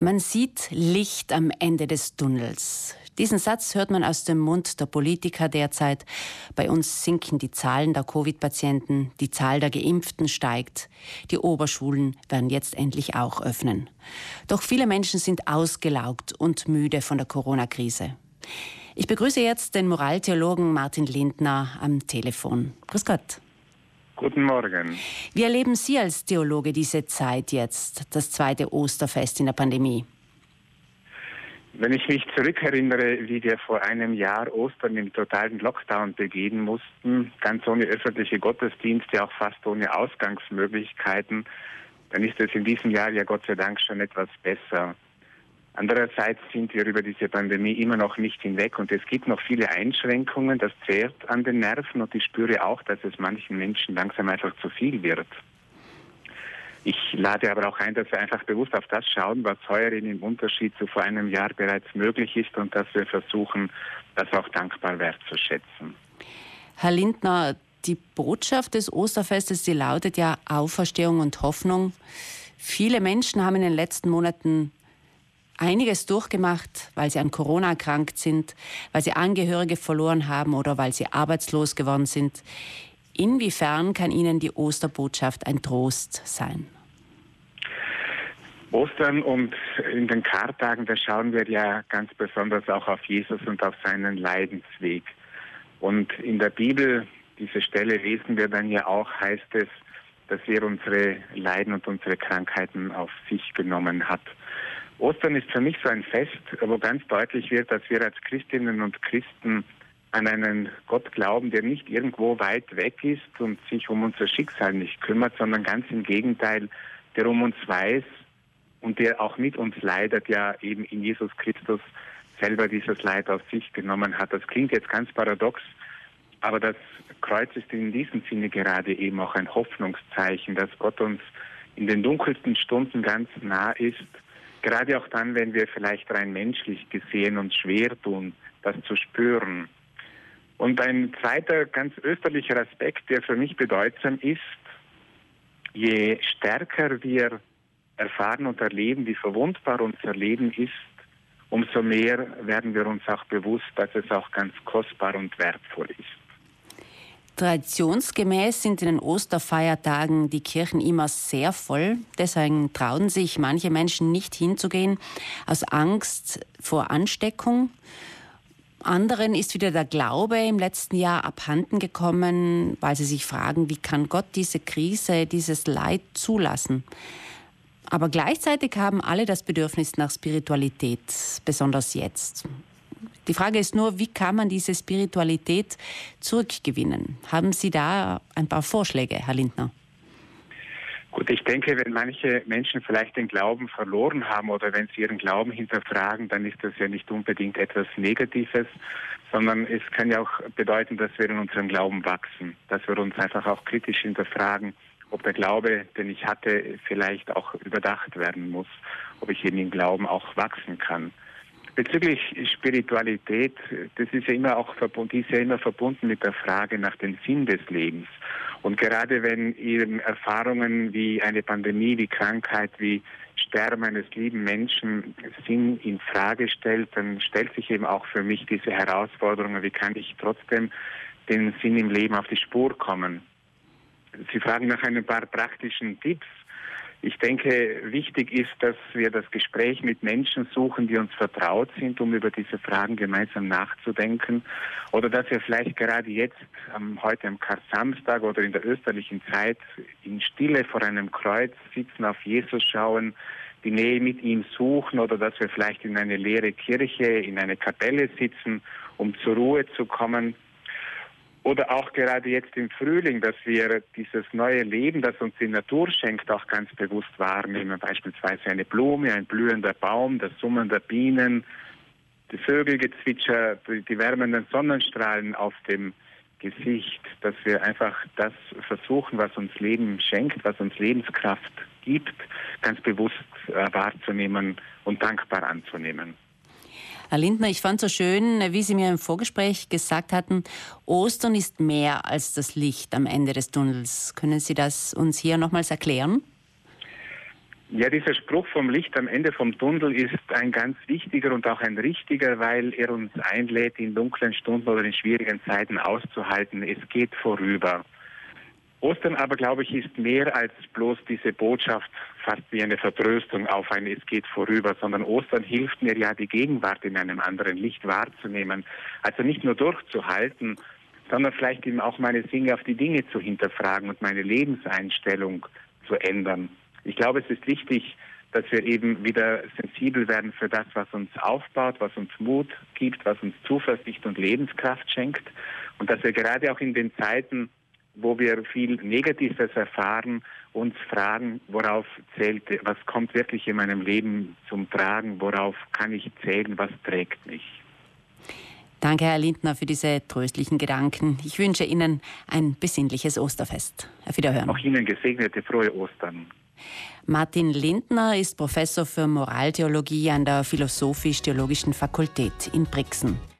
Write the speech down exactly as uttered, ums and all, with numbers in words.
Man sieht Licht am Ende des Tunnels. Diesen Satz hört man aus dem Mund der Politiker derzeit. Bei uns sinken die Zahlen der Covid-Patienten, die Zahl der Geimpften steigt. Die Oberschulen werden jetzt endlich auch öffnen. Doch viele Menschen sind ausgelaugt und müde von der Corona-Krise. Ich begrüße jetzt den Moraltheologen Martin Lindner am Telefon. Grüß Gott. Guten Morgen. Wie erleben Sie als Theologe diese Zeit jetzt, das zweite Osterfest in der Pandemie? Wenn ich mich zurückerinnere, wie wir vor einem Jahr Ostern im totalen Lockdown begehen mussten, ganz ohne öffentliche Gottesdienste, auch fast ohne Ausgangsmöglichkeiten, dann ist es in diesem Jahr ja Gott sei Dank schon etwas besser. Andererseits sind wir über diese Pandemie immer noch nicht hinweg und es gibt noch viele Einschränkungen. Das zehrt an den Nerven und ich spüre auch, dass es manchen Menschen langsam einfach zu viel wird. Ich lade aber auch ein, dass wir einfach bewusst auf das schauen, was heuer im Unterschied zu vor einem Jahr bereits möglich ist und dass wir versuchen, das auch dankbar wertzuschätzen. Herr Lindner, die Botschaft des Osterfestes, die lautet ja Auferstehung und Hoffnung. Viele Menschen haben in den letzten Monaten einiges durchgemacht, weil sie an Corona erkrankt sind, weil sie Angehörige verloren haben oder weil sie arbeitslos geworden sind. Inwiefern kann Ihnen die Osterbotschaft ein Trost sein? Ostern und in den Kartagen, da schauen wir ja ganz besonders auch auf Jesus und auf seinen Leidensweg. Und in der Bibel, diese Stelle lesen wir dann ja auch, heißt es, dass er unsere Leiden und unsere Krankheiten auf sich genommen hat. Ostern ist für mich so ein Fest, wo ganz deutlich wird, dass wir als Christinnen und Christen an einen Gott glauben, der nicht irgendwo weit weg ist und sich um unser Schicksal nicht kümmert, sondern ganz im Gegenteil, der um uns weiß und der auch mit uns leidet, ja eben in Jesus Christus selber dieses Leid auf sich genommen hat. Das klingt jetzt ganz paradox, aber das Kreuz ist in diesem Sinne gerade eben auch ein Hoffnungszeichen, dass Gott uns in den dunkelsten Stunden ganz nah ist. Gerade auch dann, wenn wir vielleicht rein menschlich gesehen uns schwer tun, das zu spüren. Und ein zweiter ganz österlicher Aspekt, der für mich bedeutsam ist, je stärker wir erfahren und erleben, wie verwundbar unser Leben ist, umso mehr werden wir uns auch bewusst, dass es auch ganz kostbar und wertvoll ist. Traditionsgemäß sind in den Osterfeiertagen die Kirchen immer sehr voll. Deswegen trauen sich manche Menschen nicht hinzugehen, aus Angst vor Ansteckung. Anderen ist wieder der Glaube im letzten Jahr abhanden gekommen, weil sie sich fragen, wie kann Gott diese Krise, dieses Leid zulassen? Aber gleichzeitig haben alle das Bedürfnis nach Spiritualität, besonders jetzt. Die Frage ist nur, wie kann man diese Spiritualität zurückgewinnen? Haben Sie da ein paar Vorschläge, Herr Lindner? Gut, ich denke, wenn manche Menschen vielleicht den Glauben verloren haben oder wenn sie ihren Glauben hinterfragen, dann ist das ja nicht unbedingt etwas Negatives, sondern es kann ja auch bedeuten, dass wir in unserem Glauben wachsen, dass wir uns einfach auch kritisch hinterfragen, ob der Glaube, den ich hatte, vielleicht auch überdacht werden muss, ob ich in dem Glauben auch wachsen kann. Bezüglich Spiritualität, das ist ja immer auch verbunden, die ist ja immer verbunden mit der Frage nach dem Sinn des Lebens. Und gerade wenn eben Erfahrungen wie eine Pandemie, wie Krankheit, wie Sterben eines lieben Menschen Sinn in Frage stellt, dann stellt sich eben auch für mich diese Herausforderung, wie kann ich trotzdem den Sinn im Leben auf die Spur kommen. Sie fragen nach ein paar praktischen Tipps. Ich denke, wichtig ist, dass wir das Gespräch mit Menschen suchen, die uns vertraut sind, um über diese Fragen gemeinsam nachzudenken. Oder dass wir vielleicht gerade jetzt, ähm, heute am Karsamstag oder in der österlichen Zeit, in Stille vor einem Kreuz sitzen, auf Jesus schauen, die Nähe mit ihm suchen. Oder dass wir vielleicht in eine leere Kirche, in eine Kapelle sitzen, um zur Ruhe zu kommen. Oder auch gerade jetzt im Frühling, dass wir dieses neue Leben, das uns die Natur schenkt, auch ganz bewusst wahrnehmen. Beispielsweise eine Blume, ein blühender Baum, das Summen der Bienen, die Vögelgezwitscher, die wärmenden Sonnenstrahlen auf dem Gesicht. Dass wir einfach das versuchen, was uns Leben schenkt, was uns Lebenskraft gibt, ganz bewusst wahrzunehmen und dankbar anzunehmen. Herr Lindner, ich fand so schön, wie Sie mir im Vorgespräch gesagt hatten, Ostern ist mehr als das Licht am Ende des Tunnels. Können Sie das uns hier nochmals erklären? Ja, dieser Spruch vom Licht am Ende vom Tunnel ist ein ganz wichtiger und auch ein richtiger, weil er uns einlädt, in dunklen Stunden oder in schwierigen Zeiten auszuhalten. Es geht vorüber. Ostern aber, glaube ich, ist mehr als bloß diese Botschaft, fast wie eine Vertröstung auf ein Es geht vorüber, sondern Ostern hilft mir ja, die Gegenwart in einem anderen Licht wahrzunehmen. Also nicht nur durchzuhalten, sondern vielleicht eben auch meine Sinne auf die Dinge zu hinterfragen und meine Lebenseinstellung zu ändern. Ich glaube, es ist wichtig, dass wir eben wieder sensibel werden für das, was uns aufbaut, was uns Mut gibt, was uns Zuversicht und Lebenskraft schenkt. Und dass wir gerade auch in den Zeiten, wo wir viel Negatives erfahren, uns fragen, worauf zählt, was kommt wirklich in meinem Leben zum Tragen, worauf kann ich zählen, was trägt mich. Danke, Herr Lindner, für diese tröstlichen Gedanken. Ich wünsche Ihnen ein besinnliches Osterfest. Auf Wiederhören. Auch Ihnen gesegnete, frohe Ostern. Martin Lindner ist Professor für Moraltheologie an der Philosophisch-Theologischen Fakultät in Brixen.